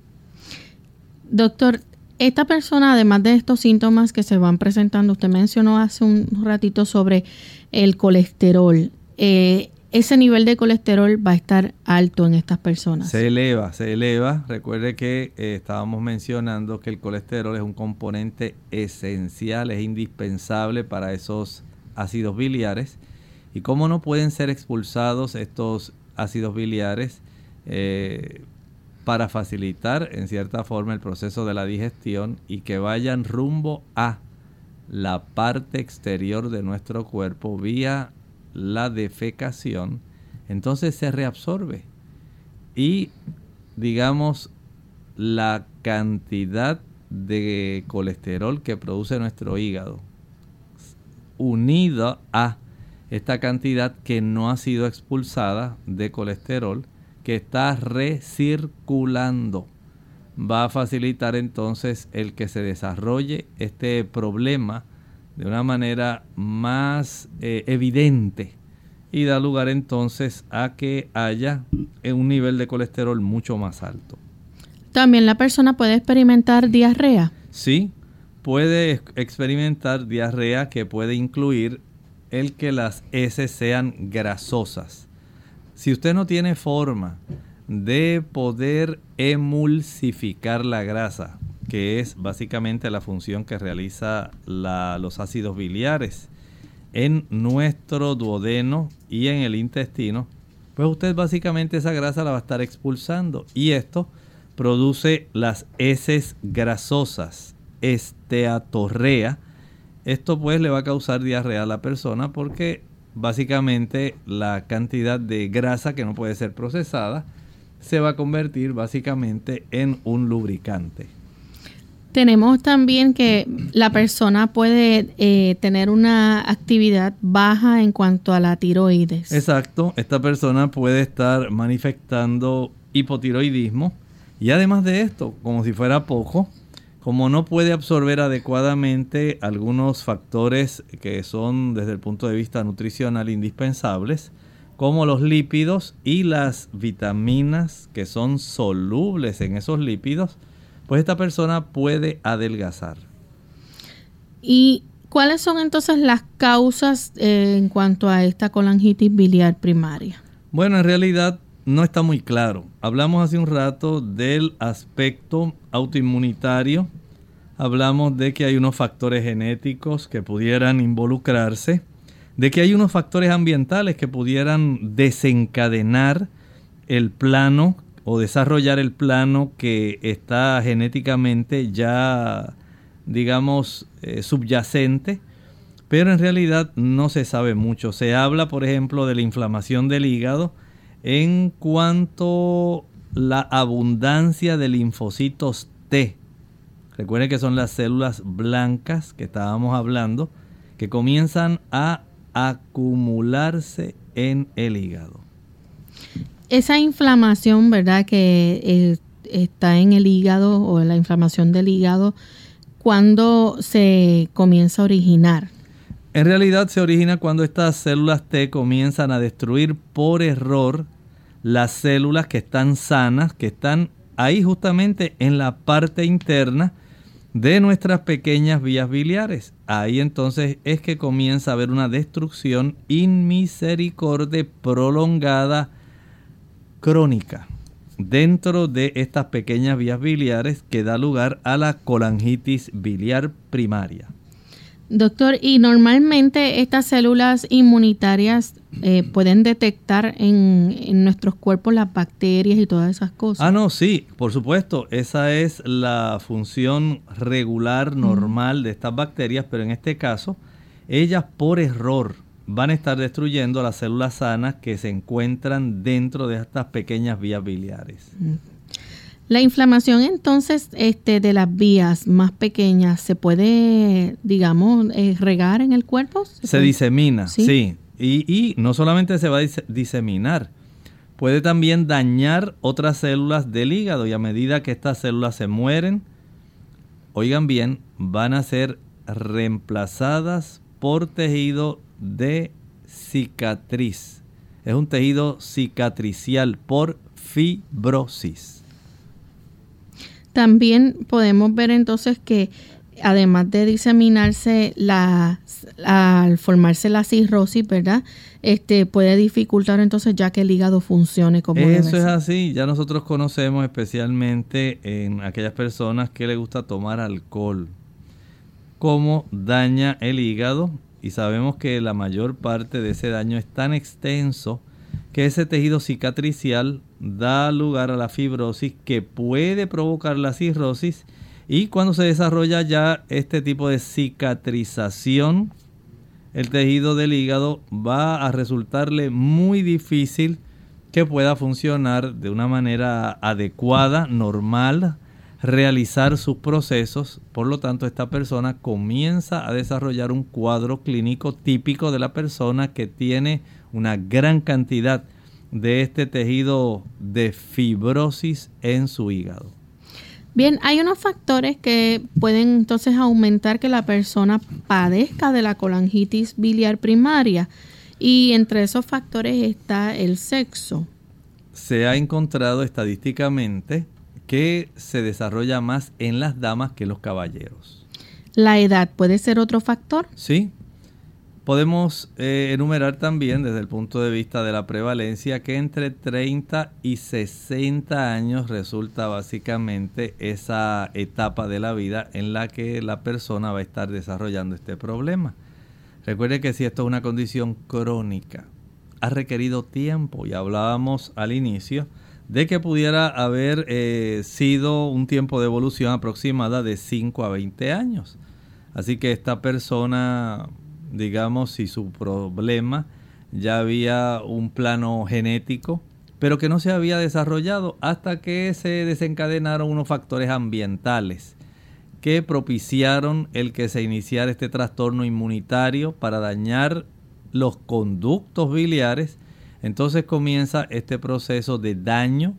Doctor, esta persona, además de estos síntomas que se van presentando, usted mencionó hace un ratito sobre el colesterol. Eh, ese nivel de colesterol va a estar alto en estas personas. Se eleva, se eleva. Recuerde que eh, estábamos mencionando que el colesterol es un componente esencial, es indispensable para esos ácidos biliares. ¿Y cómo no pueden ser expulsados estos ácidos biliares eh, para facilitar en cierta forma el proceso de la digestión y que vayan rumbo a la parte exterior de nuestro cuerpo vía la defecación? Entonces se reabsorbe y, digamos, la cantidad de colesterol que produce nuestro hígado unida a esta cantidad que no ha sido expulsada de colesterol, que está recirculando va a facilitar entonces el que se desarrolle este problema de una manera más eh, evidente y da lugar entonces a que haya un nivel de colesterol mucho más alto. ¿También la persona puede experimentar diarrea? Sí, puede experimentar diarrea que puede incluir el que las heces sean grasosas. Si usted no tiene forma de poder emulsificar la grasa, que es básicamente la función que realiza la, los ácidos biliares en nuestro duodeno y en el intestino, pues usted básicamente esa grasa la va a estar expulsando y esto produce las heces grasosas, esteatorrea. Esto pues le va a causar diarrea a la persona porque básicamente la cantidad de grasa que no puede ser procesada se va a convertir básicamente en un lubricante. Tenemos también que la persona puede eh, tener una actividad baja en cuanto a la tiroides. Exacto, esta persona puede estar manifestando hipotiroidismo y además de esto, como si fuera poco, como no puede absorber adecuadamente algunos factores que son desde el punto de vista nutricional indispensables, como los lípidos y las vitaminas que son solubles en esos lípidos, pues esta persona puede adelgazar. ¿Y cuáles son entonces las causas eh, en cuanto a esta colangitis biliar primaria? Bueno, en realidad no está muy claro. Hablamos hace un rato del aspecto autoinmunitario. Hablamos de que hay unos factores genéticos que pudieran involucrarse, de que hay unos factores ambientales que pudieran desencadenar el plano o desarrollar el plano que está genéticamente ya, digamos, eh, subyacente, pero en realidad no se sabe mucho. Se habla, por ejemplo, de la inflamación del hígado en cuanto a la abundancia de linfocitos T. Recuerden que son las células blancas que estábamos hablando, que comienzan a acumularse en el hígado. Esa inflamación, ¿verdad?, que eh, está en el hígado o la inflamación del hígado, ¿cuándo se comienza a originar? En realidad se origina cuando estas células T comienzan a destruir por error las células que están sanas, que están ahí justamente en la parte interna de nuestras pequeñas vías biliares. Ahí entonces es que comienza a haber una destrucción inmisericordia prolongada crónica dentro de estas pequeñas vías biliares que da lugar a la colangitis biliar primaria. Doctor, ¿y normalmente estas células inmunitarias eh, pueden detectar en, en nuestros cuerpos las bacterias y todas esas cosas? Ah, no, sí, por supuesto. Esa es la función regular, normal de estas bacterias, pero en este caso, ellas por error van a estar destruyendo las células sanas que se encuentran dentro de estas pequeñas vías biliares. La inflamación entonces este, de las vías más pequeñas, ¿se puede, digamos, eh, regar en el cuerpo? Se, se disemina, sí. sí. Y, y no solamente se va a dis- diseminar, puede también dañar otras células del hígado y a medida que estas células se mueren, oigan bien, van a ser reemplazadas por tejido de cicatriz. Es un tejido cicatricial por fibrosis. También podemos ver entonces que además de diseminarse la, al formarse la cirrosis, ¿verdad? Este puede dificultar entonces ya que el hígado funcione como debe ser. Eso es así. Ya nosotros conocemos especialmente en aquellas personas que les gusta tomar alcohol, cómo daña el hígado, y sabemos que la mayor parte de ese daño es tan extenso que ese tejido cicatricial da lugar a la fibrosis que puede provocar la cirrosis, y cuando se desarrolla ya este tipo de cicatrización, el tejido del hígado va a resultarle muy difícil que pueda funcionar de una manera adecuada, normal, realizar sus procesos. Por lo tanto, esta persona comienza a desarrollar un cuadro clínico típico de la persona que tiene una gran cantidad de este tejido de fibrosis en su hígado. Bien, hay unos factores que pueden entonces aumentar que la persona padezca de la colangitis biliar primaria, y entre esos factores está el sexo. Se ha encontrado estadísticamente que se desarrolla más en las damas que en los caballeros. ¿La edad puede ser otro factor? Sí. Podemos eh, enumerar también desde el punto de vista de la prevalencia que entre treinta y sesenta años resulta básicamente esa etapa de la vida en la que la persona va a estar desarrollando este problema. Recuerde que si esto es una condición crónica, ha requerido tiempo, y hablábamos al inicio de que pudiera haber eh, sido un tiempo de evolución aproximada de cinco a veinte años. Así que esta persona, digamos, si su problema ya había un plano genético, pero que no se había desarrollado hasta que se desencadenaron unos factores ambientales que propiciaron el que se iniciara este trastorno inmunitario para dañar los conductos biliares. Entonces comienza este proceso de daño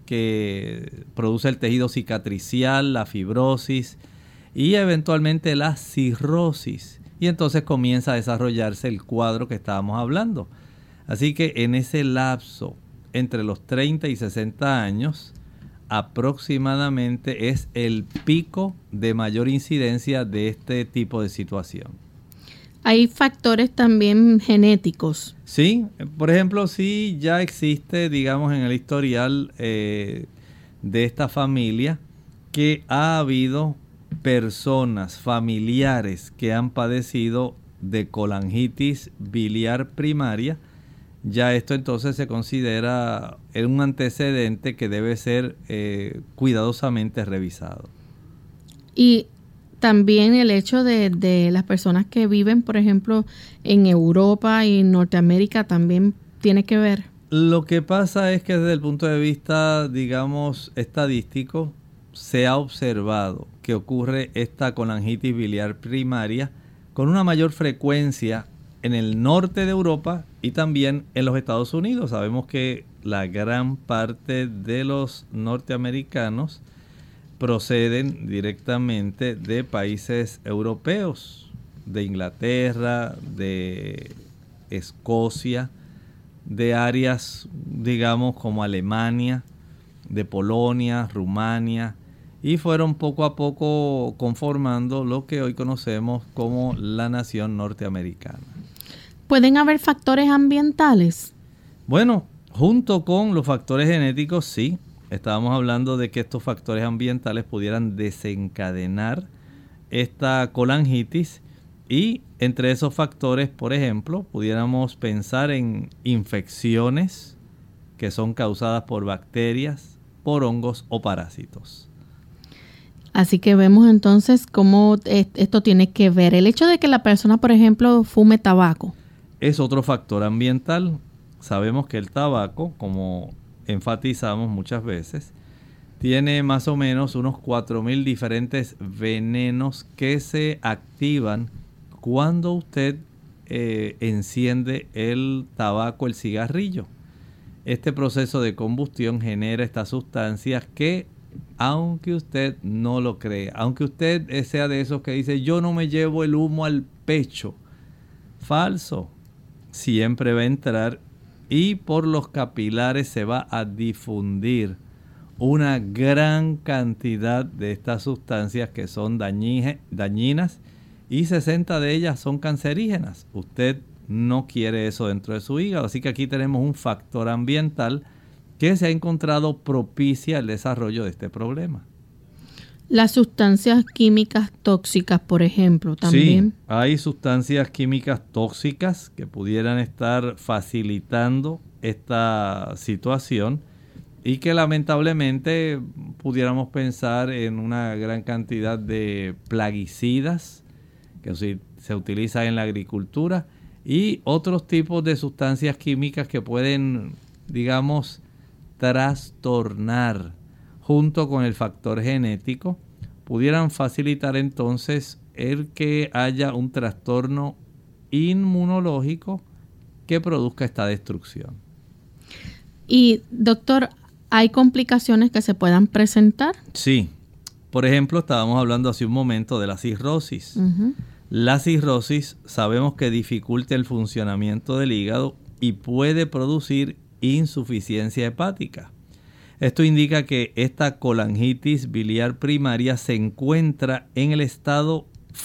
que produce el tejido cicatricial, la fibrosis y eventualmente la cirrosis. Y entonces comienza a desarrollarse el cuadro que estábamos hablando. Así que en ese lapso entre los treinta y sesenta años, aproximadamente es el pico de mayor incidencia de este tipo de situación. Hay factores también genéticos. Sí, por ejemplo, si ya existe, digamos, en el historial eh, de esta familia que ha habido personas, familiares que han padecido de colangitis biliar primaria, ya esto entonces se considera un antecedente que debe ser eh, cuidadosamente revisado. Y también el hecho de, de las personas que viven, por ejemplo, en Europa y Norteamérica también tiene que ver. Lo que pasa es que desde el punto de vista, digamos, estadístico, se ha observado que ocurre esta colangitis biliar primaria con una mayor frecuencia en el norte de Europa y también en los Estados Unidos. Sabemos que la gran parte de los norteamericanos proceden directamente de países europeos, de Inglaterra, de Escocia, de áreas, digamos, como Alemania, de Polonia, Rumania, y fueron poco a poco conformando lo que hoy conocemos como la nación norteamericana. ¿Pueden haber factores ambientales? Bueno, junto con los factores genéticos, sí. Estábamos hablando de que estos factores ambientales pudieran desencadenar esta colangitis, y entre esos factores, por ejemplo, pudiéramos pensar en infecciones que son causadas por bacterias, por hongos o parásitos. Así que vemos entonces cómo esto tiene que ver. El hecho de que la persona, por ejemplo, fume tabaco. Es otro factor ambiental. Sabemos que el tabaco, como enfatizamos muchas veces, tiene más o menos unos cuatro mil diferentes venenos que se activan cuando usted eh, enciende el tabaco, el cigarrillo. Este proceso de combustión genera estas sustancias que, aunque usted no lo crea, aunque usted sea de esos que dice yo no me llevo el humo al pecho, falso, siempre va a entrar y por los capilares se va a difundir una gran cantidad de estas sustancias que son dañi- dañinas y sesenta de ellas son cancerígenas. Usted no quiere eso dentro de su hígado, así que aquí tenemos un factor ambiental que se ha encontrado propicia el desarrollo de este problema. Las sustancias químicas tóxicas, por ejemplo, también. Sí, hay sustancias químicas tóxicas que pudieran estar facilitando esta situación y que lamentablemente pudiéramos pensar en una gran cantidad de plaguicidas que se utilizan en la agricultura y otros tipos de sustancias químicas que pueden, digamos, trastornar junto con el factor genético, pudieran facilitar entonces el que haya un trastorno inmunológico que produzca esta destrucción. Y doctor, ¿hay complicaciones que se puedan presentar? Sí, Por ejemplo, estábamos hablando hace un momento de la cirrosis. Uh-huh. La cirrosis sabemos que dificulta el funcionamiento del hígado y puede producir insuficiencia hepática. Esto indica que esta colangitis biliar primaria se encuentra en el estado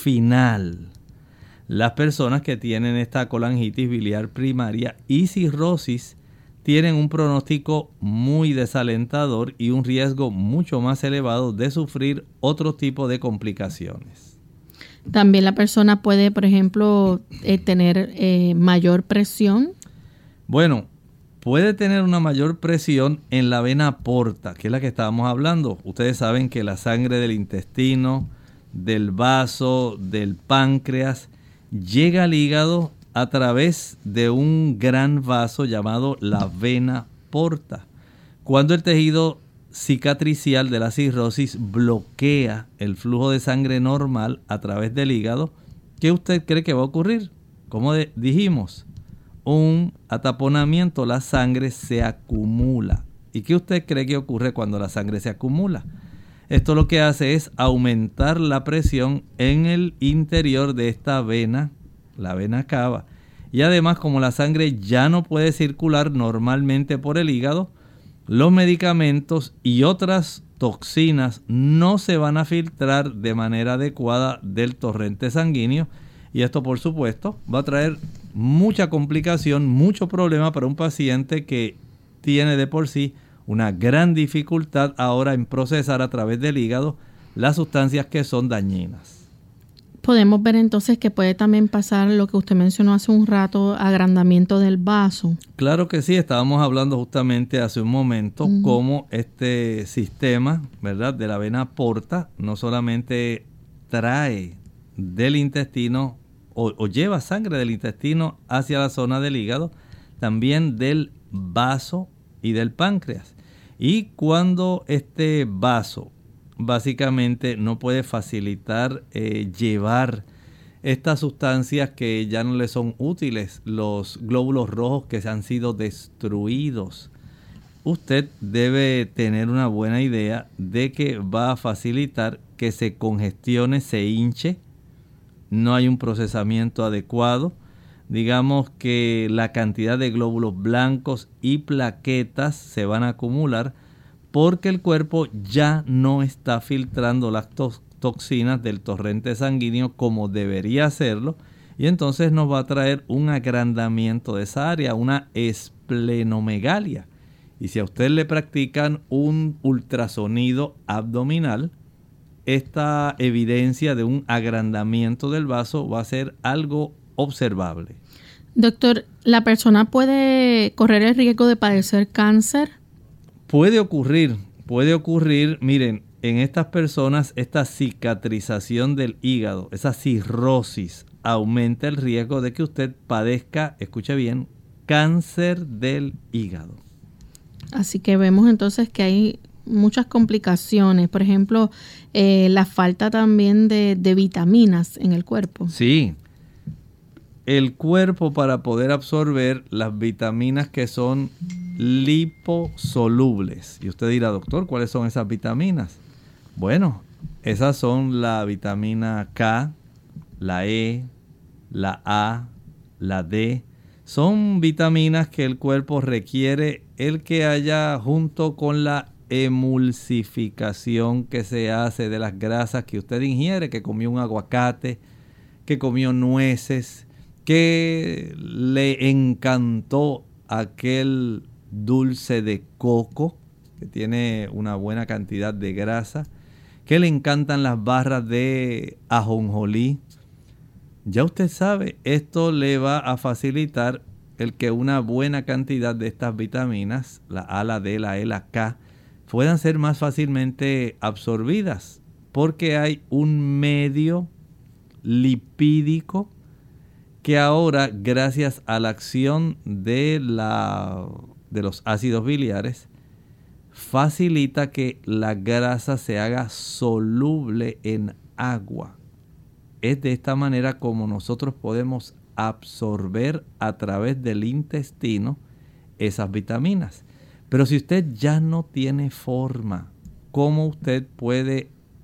final. Las personas que tienen esta colangitis biliar primaria y cirrosis tienen un pronóstico muy desalentador y un riesgo mucho más elevado de sufrir otro tipo de complicaciones. También la persona puede, por ejemplo, eh, tener eh, mayor presión. Bueno, puede tener una mayor presión en la vena porta, que es la que estábamos hablando. Ustedes saben que la sangre del intestino, del vaso, del páncreas, llega al hígado a través de un gran vaso llamado la vena porta. Cuando el tejido cicatricial de la cirrosis bloquea el flujo de sangre normal a través del hígado, ¿qué usted cree que va a ocurrir? Como de, dijimos, un ataponamiento, la sangre se acumula. ¿Y qué usted cree que ocurre cuando la sangre se acumula? Esto lo que hace es aumentar la presión en el interior de esta vena, la vena cava. Y además, como la sangre ya no puede circular normalmente por el hígado, los medicamentos y otras toxinas no se van a filtrar de manera adecuada del torrente sanguíneo. Y esto, por supuesto, va a traer mucha complicación, mucho problema para un paciente que tiene de por sí una gran dificultad ahora en procesar a través del hígado las sustancias que son dañinas. Podemos ver entonces que puede también pasar lo que usted mencionó hace un rato, agrandamiento del vaso. Claro que sí, estábamos hablando justamente hace un momento uh-huh. cómo este sistema, ¿verdad?, de la vena porta no solamente trae del intestino o, o lleva sangre del intestino hacia la zona del hígado, también del vaso y del páncreas. Y cuando este vaso básicamente no puede facilitar eh, llevar estas sustancias que ya no le son útiles, los glóbulos rojos que se han sido destruidos, usted debe tener una buena idea de que va a facilitar que se congestione, se hinche, no hay un procesamiento adecuado. Digamos que la cantidad de glóbulos blancos y plaquetas se van a acumular porque el cuerpo ya no está filtrando las to- toxinas del torrente sanguíneo como debería hacerlo, y entonces nos va a traer un agrandamiento de esa área, una esplenomegalia. Y si a usted le practican un ultrasonido abdominal, esta evidencia de un agrandamiento del vaso va a ser algo observable. Doctor, ¿la persona puede correr el riesgo de padecer cáncer? Puede ocurrir, puede ocurrir, miren, en estas personas esta cicatrización del hígado, esa cirrosis, aumenta el riesgo de que usted padezca, escuche bien, cáncer del hígado. Así que vemos entonces que hay muchas complicaciones, por ejemplo, eh, la falta también de, de vitaminas en el cuerpo. Sí. El cuerpo, para poder absorber las vitaminas que son liposolubles. Y usted dirá, doctor, ¿cuáles son esas vitaminas? Bueno, esas son la vitamina K, la E, la A, la D. Son vitaminas que el cuerpo requiere el que haya junto con la emulsificación que se hace de las grasas que usted ingiere, que comió un aguacate, que comió nueces, que le encantó aquel dulce de coco, que tiene una buena cantidad de grasa, que le encantan las barras de ajonjolí. Ya usted sabe, esto le va a facilitar el que una buena cantidad de estas vitaminas, la A, la D, la E, la K, puedan ser más fácilmente absorbidas, porque hay un medio lipídico que ahora, gracias a la acción de, la, de los ácidos biliares, facilita que la grasa se haga soluble en agua. Es de esta manera como nosotros podemos absorber a través del intestino esas vitaminas. Pero si usted ya no tiene forma, ¿cómo usted puede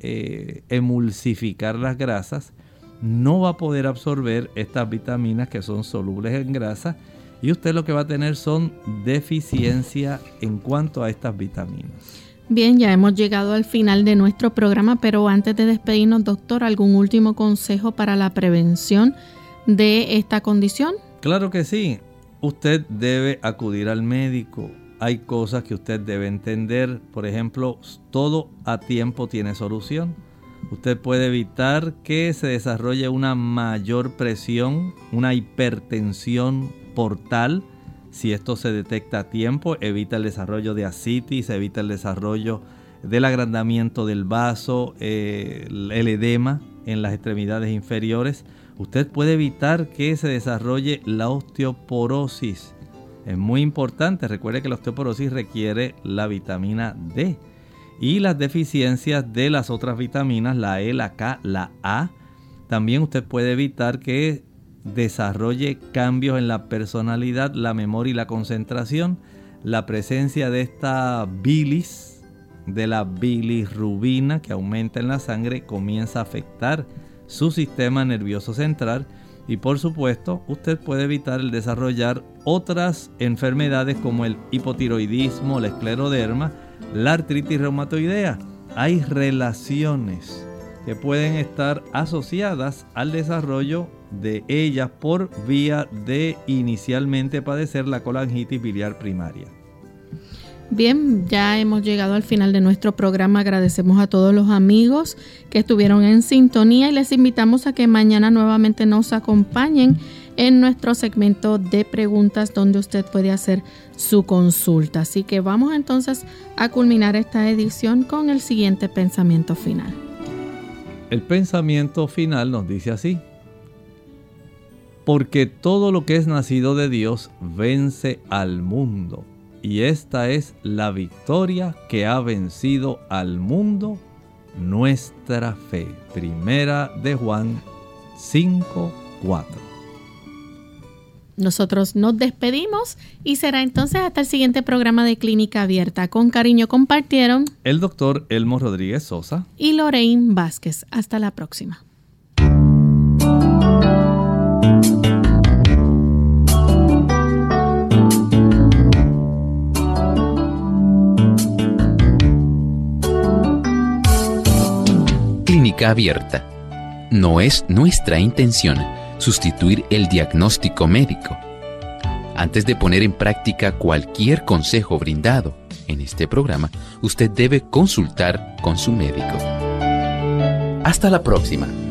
eh, emulsificar las grasas, no va a poder absorber estas vitaminas que son solubles en grasa y usted lo que va a tener son deficiencia en cuanto a estas vitaminas. Bien, ya hemos llegado al final de nuestro programa, pero antes de despedirnos, doctor, ¿algún último consejo para la prevención de esta condición? Claro que sí. Usted debe acudir al médico. Hay cosas que usted debe entender. Por ejemplo, todo a tiempo tiene solución. Usted puede evitar que se desarrolle una mayor presión, una hipertensión portal. Si esto se detecta a tiempo, evita el desarrollo de ascitis, evita el desarrollo del agrandamiento del vaso, eh, el edema en las extremidades inferiores. Usted puede evitar que se desarrolle la osteoporosis. Es muy importante, recuerde que la osteoporosis requiere la vitamina D. Y las deficiencias de las otras vitaminas, la E, la K, la A. También usted puede evitar que desarrolle cambios en la personalidad, la memoria y la concentración. La presencia de esta bilis, de la bilirrubina que aumenta en la sangre, comienza a afectar su sistema nervioso central. Y por supuesto, usted puede evitar el desarrollar otras enfermedades como el hipotiroidismo, la escleroderma, la artritis reumatoidea. Hay relaciones que pueden estar asociadas al desarrollo de ellas por vía de inicialmente padecer la colangitis biliar primaria. Bien, ya hemos llegado al final de nuestro programa. Agradecemos a todos los amigos que estuvieron en sintonía y les invitamos a que mañana nuevamente nos acompañen en nuestro segmento de preguntas donde usted puede hacer su consulta. Así que vamos entonces a culminar esta edición con el siguiente pensamiento final. El pensamiento final nos dice así: porque todo lo que es nacido de Dios vence al mundo, y esta es la victoria que ha vencido al mundo, nuestra fe. Primera de Juan cinco, cuatro. Nosotros nos despedimos y será entonces hasta el siguiente programa de Clínica Abierta. Con cariño compartieron el doctor Elmo Rodríguez Sosa y Lorraine Vázquez. Hasta la próxima. Clínica Abierta. No es nuestra intención sustituir el diagnóstico médico. Antes de poner en práctica cualquier consejo brindado en este programa, usted debe consultar con su médico. Hasta la próxima.